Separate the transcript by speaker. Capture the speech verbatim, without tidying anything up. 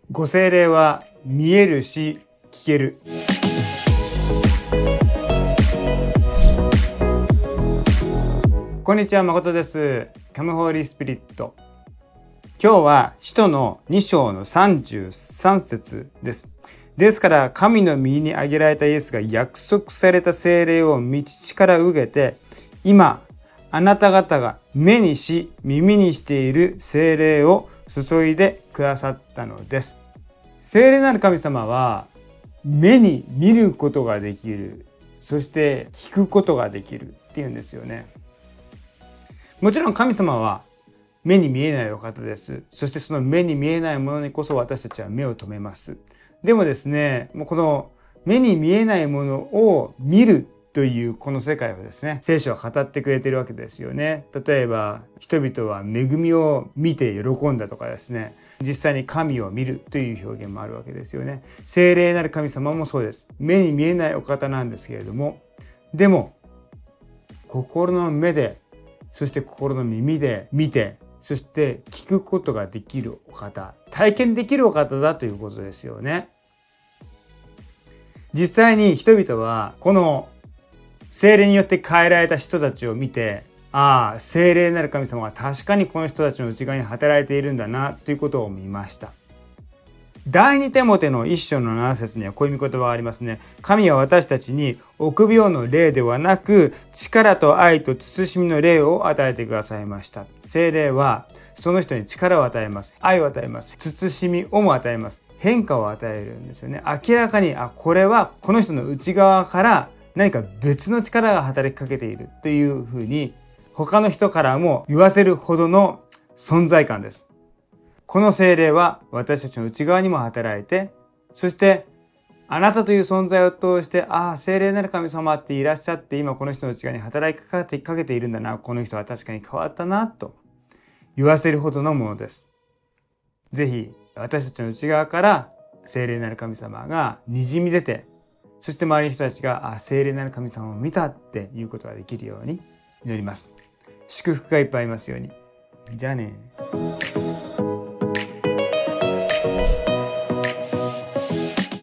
Speaker 1: ご聖霊は見えるし聞ける。こんにちは、誠です。カムホーリースピリット。今日は使徒のに章のさんじゅうさん節です。ですから神の右に挙げられたイエスが約束された聖霊を御父から受けて、今あなた方が目にし耳にしている聖霊を注いでくださったのです。聖霊なる神様は目に見ることができる、そして聞くことができるっていうんですよね。もちろん神様は目に見えないお方です。そしてその目に見えないものにこそ私たちは目を留めます。でもですね、もうこの目に見えないものを見るというこの世界をですね、聖書は語ってくれているわけですよね。例えば人々は恵みを見て喜んだとかですね、実際に神を見るという表現もあるわけですよね。聖霊なる神様もそうです。目に見えないお方なんですけれども、でも心の目で、そして心の耳で見て、そして聞くことができるお方、体験できるお方だということですよね。実際に人々はこの聖霊によって変えられた人たちを見て、ああ、聖霊なる神様は確かにこの人たちの内側に働いているんだなということを見ました。第二テモテの一章のなな節にはこういう言葉がありますね。神は私たちに臆病の霊ではなく、力と愛と慎みの霊を与えてくださいました。聖霊はその人に力を与えます。愛を与えます。慎みをも与えます。変化を与えるんですよね。明らかに、あ、これはこの人の内側から何か別の力が働きかけているというふうに、他の人からも言わせるほどの存在感です。この聖霊は私たちの内側にも働いて、そしてあなたという存在を通して、ああ、聖霊なる神様っていらっしゃって、今この人の内側に働きかけて、かけているんだな、この人は確かに変わったなと言わせるほどのものです。ぜひ私たちの内側から聖霊なる神様が滲み出て、そして周りの人たちが、あ、聖霊なる神様を見たっていうことができるように祈ります。祝福がいっぱいありますように。じゃあね。